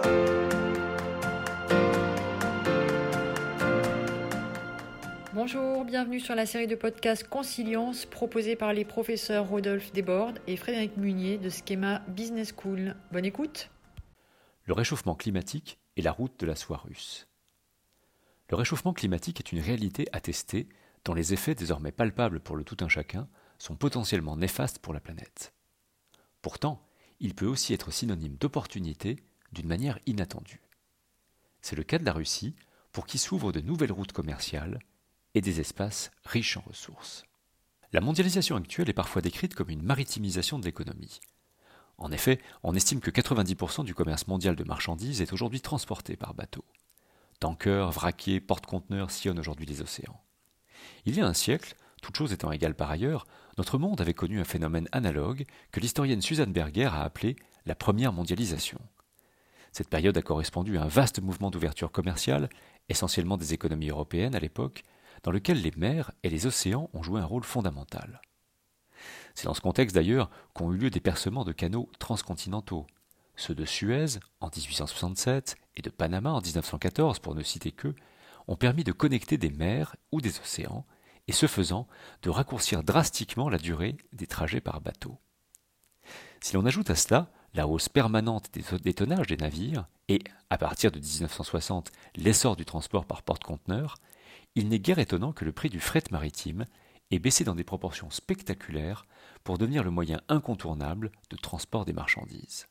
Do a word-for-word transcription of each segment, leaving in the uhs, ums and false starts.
Bonjour, bienvenue sur la série de podcasts Consilience proposée par les professeurs Rodolphe Desbordes et Frédéric Munier de Schema Business School. Bonne écoute. Le réchauffement climatique et la route de la soie russe. Le réchauffement climatique est une réalité attestée dont les effets désormais palpables pour le tout un chacun sont potentiellement néfastes pour la planète. Pourtant, il peut aussi être synonyme d'opportunité d'une manière inattendue. C'est le cas de la Russie, pour qui s'ouvrent de nouvelles routes commerciales et des espaces riches en ressources. La mondialisation actuelle est parfois décrite comme une maritimisation de l'économie. En effet, on estime que quatre-vingt-dix pour cent du commerce mondial de marchandises est aujourd'hui transporté par bateau. Tankers, vraquiers, porte-conteneurs sillonnent aujourd'hui les océans. Il y a un siècle, toutes choses étant égales par ailleurs, notre monde avait connu un phénomène analogue que l'historienne Suzanne Berger a appelé la première mondialisation. Cette période a correspondu à un vaste mouvement d'ouverture commerciale, essentiellement des économies européennes à l'époque, dans lequel les mers et les océans ont joué un rôle fondamental. C'est dans ce contexte d'ailleurs qu'ont eu lieu des percements de canaux transcontinentaux, ceux de Suez en dix-huit cent soixante-sept et de Panama en dix-neuf cent quatorze pour ne citer qu'eux, ont permis de connecter des mers ou des océans et ce faisant de raccourcir drastiquement la durée des trajets par bateau. Si l'on ajoute à cela la hausse permanente des, des tonnages des navires et, à partir de dix-neuf cent soixante, l'essor du transport par porte-conteneurs, il n'est guère étonnant que le prix du fret maritime ait baissé dans des proportions spectaculaires pour devenir le moyen incontournable de transport des marchandises.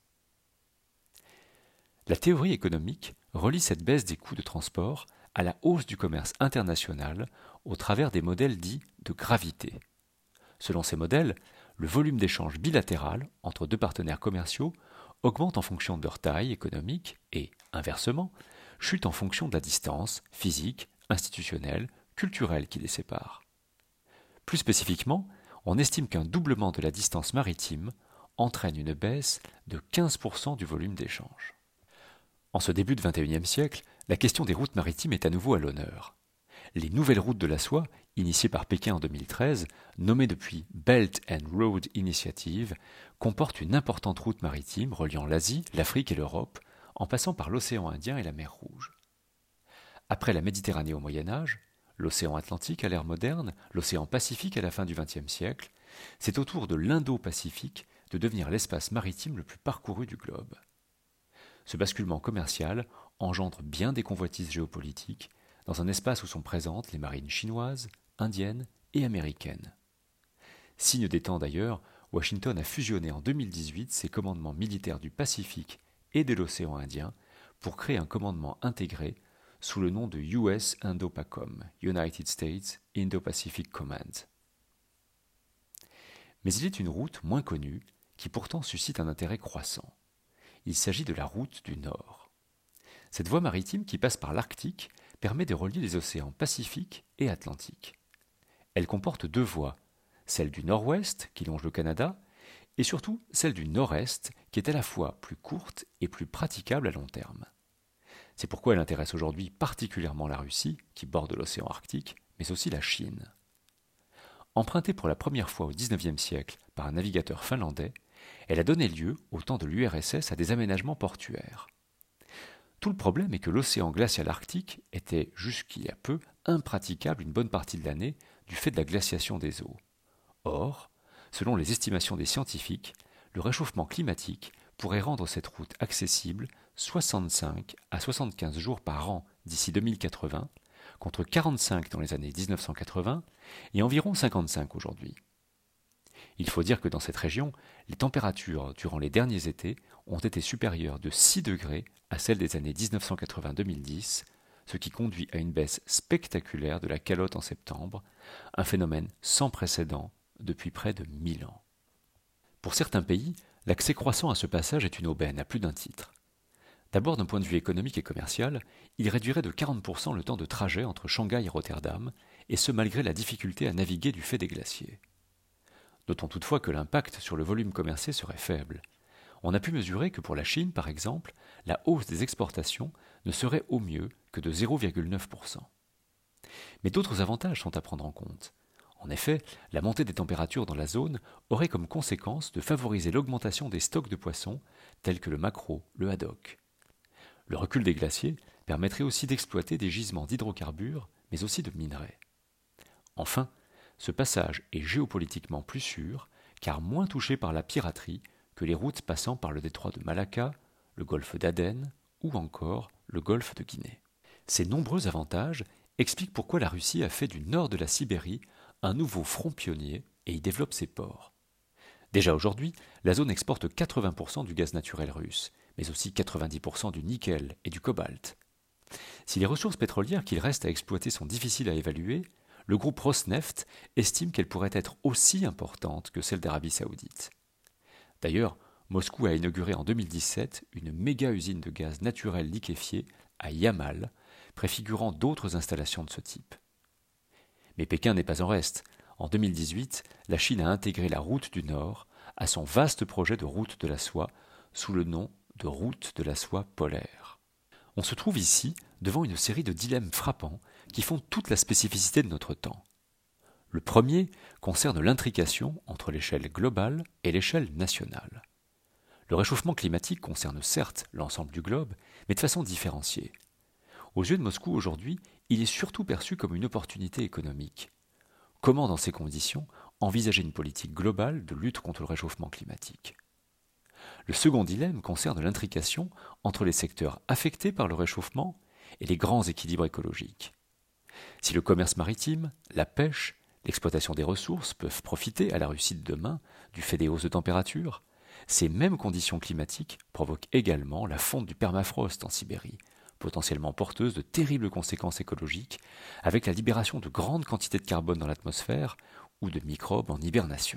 La théorie économique relie cette baisse des coûts de transport à la hausse du commerce international au travers des modèles dits de gravité. Selon ces modèles, le volume d'échange bilatéral entre deux partenaires commerciaux augmente en fonction de leur taille économique et, inversement, chute en fonction de la distance physique, institutionnelle, culturelle qui les sépare. Plus spécifiquement, on estime qu'un doublement de la distance maritime entraîne une baisse de quinze pour cent du volume d'échange. En ce début de vingt et unième siècle, la question des routes maritimes est à nouveau à l'honneur. Les nouvelles routes de la soie, initiées par Pékin en deux mille treize, nommées depuis Belt and Road Initiative, comportent une importante route maritime reliant l'Asie, l'Afrique et l'Europe, en passant par l'océan Indien et la mer Rouge. Après la Méditerranée au Moyen Âge, l'océan Atlantique à l'ère moderne, l'océan Pacifique à la fin du vingtième siècle, c'est au tour de l'Indo-Pacifique de devenir l'espace maritime le plus parcouru du globe. Ce basculement commercial engendre bien des convoitises géopolitiques dans un espace où sont présentes les marines chinoises, indiennes et américaines. Signe des temps d'ailleurs, Washington a fusionné en deux mille dix-huit ses commandements militaires du Pacifique et de l'océan Indien pour créer un commandement intégré sous le nom de U S Indo-PACOM, United States Indo-Pacific Command. Mais il est une route moins connue qui pourtant suscite un intérêt croissant. Il s'agit de la route du Nord. Cette voie maritime qui passe par l'Arctique permet de relier les océans Pacifique et Atlantique. Elle comporte deux voies, celle du Nord-Ouest qui longe le Canada et surtout celle du Nord-Est qui est à la fois plus courte et plus praticable à long terme. C'est pourquoi elle intéresse aujourd'hui particulièrement la Russie, qui borde l'océan Arctique, mais aussi la Chine. Empruntée pour la première fois au dix-neuvième siècle par un navigateur finlandais, elle a donné lieu, au temps de l'U R S S, à des aménagements portuaires. Tout le problème est que l'océan glacial arctique était, jusqu'il y a peu, impraticable une bonne partie de l'année du fait de la glaciation des eaux. Or, selon les estimations des scientifiques, le réchauffement climatique pourrait rendre cette route accessible soixante-cinq à soixante-quinze jours par an d'ici deux mille quatre-vingts, contre quarante-cinq dans les années dix-neuf cent quatre-vingts et environ cinquante-cinq aujourd'hui. Il faut dire que dans cette région, les températures durant les derniers étés ont été supérieures de six degrés à celles des années dix-neuf cent quatre-vingts à deux mille dix, ce qui conduit à une baisse spectaculaire de la calotte en septembre, un phénomène sans précédent depuis près de mille ans. Pour certains pays, l'accès croissant à ce passage est une aubaine à plus d'un titre. D'abord, d'un point de vue économique et commercial, il réduirait de quarante pour cent le temps de trajet entre Shanghai et Rotterdam, et ce malgré la difficulté à naviguer du fait des glaciers. Notons toutefois que l'impact sur le volume commercé serait faible. On a pu mesurer que pour la Chine, par exemple, la hausse des exportations ne serait au mieux que de zéro virgule neuf pour cent. Mais d'autres avantages sont à prendre en compte. En effet, la montée des températures dans la zone aurait comme conséquence de favoriser l'augmentation des stocks de poissons tels que le maquereau, le haddock. Le recul des glaciers permettrait aussi d'exploiter des gisements d'hydrocarbures, mais aussi de minerais. Enfin, ce passage est géopolitiquement plus sûr, car moins touché par la piraterie que les routes passant par le détroit de Malacca, le golfe d'Aden ou encore le golfe de Guinée. Ces nombreux avantages expliquent pourquoi la Russie a fait du nord de la Sibérie un nouveau front pionnier et y développe ses ports. Déjà aujourd'hui, la zone exporte quatre-vingts pour cent du gaz naturel russe, mais aussi quatre-vingt-dix pour cent du nickel et du cobalt. Si les ressources pétrolières qu'il reste à exploiter sont difficiles à évaluer, le groupe Rosneft estime qu'elles pourraient être aussi importantes que celles d'Arabie saoudite. D'ailleurs, Moscou a inauguré en deux mille dix-sept une méga-usine de gaz naturel liquéfié à Yamal, préfigurant d'autres installations de ce type. Mais Pékin n'est pas en reste. En deux mille dix-huit, la Chine a intégré la route du Nord à son vaste projet de route de la soie sous le nom de route de la soie polaire. On se trouve ici devant une série de dilemmes frappants qui font toute la spécificité de notre temps. Le premier concerne l'intrication entre l'échelle globale et l'échelle nationale. Le réchauffement climatique concerne certes l'ensemble du globe, mais de façon différenciée. Aux yeux de Moscou aujourd'hui, il est surtout perçu comme une opportunité économique. Comment, dans ces conditions, envisager une politique globale de lutte contre le réchauffement climatique ? Le second dilemme concerne l'intrication entre les secteurs affectés par le réchauffement et les grands équilibres écologiques. Si le commerce maritime, la pêche, l'exploitation des ressources peuvent profiter à la Russie de demain du fait des hausses de température, ces mêmes conditions climatiques provoquent également la fonte du permafrost en Sibérie, potentiellement porteuse de terribles conséquences écologiques, avec la libération de grandes quantités de carbone dans l'atmosphère ou de microbes en hibernation.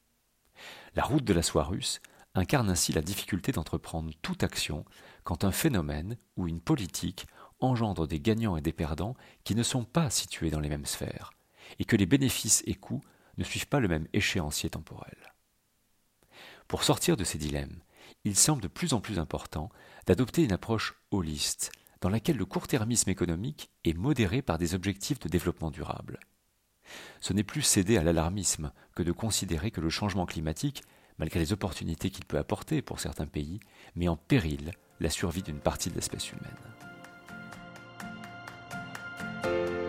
La route de la soie russe incarne ainsi la difficulté d'entreprendre toute action quand un phénomène ou une politique engendre des gagnants et des perdants qui ne sont pas situés dans les mêmes sphères, et que les bénéfices et coûts ne suivent pas le même échéancier temporel. Pour sortir de ces dilemmes, il semble de plus en plus important d'adopter une approche holiste, dans laquelle le court-termisme économique est modéré par des objectifs de développement durable. Ce n'est plus céder à l'alarmisme que de considérer que le changement climatique, malgré les opportunités qu'il peut apporter pour certains pays, met en péril la survie d'une partie de l'espèce humaine.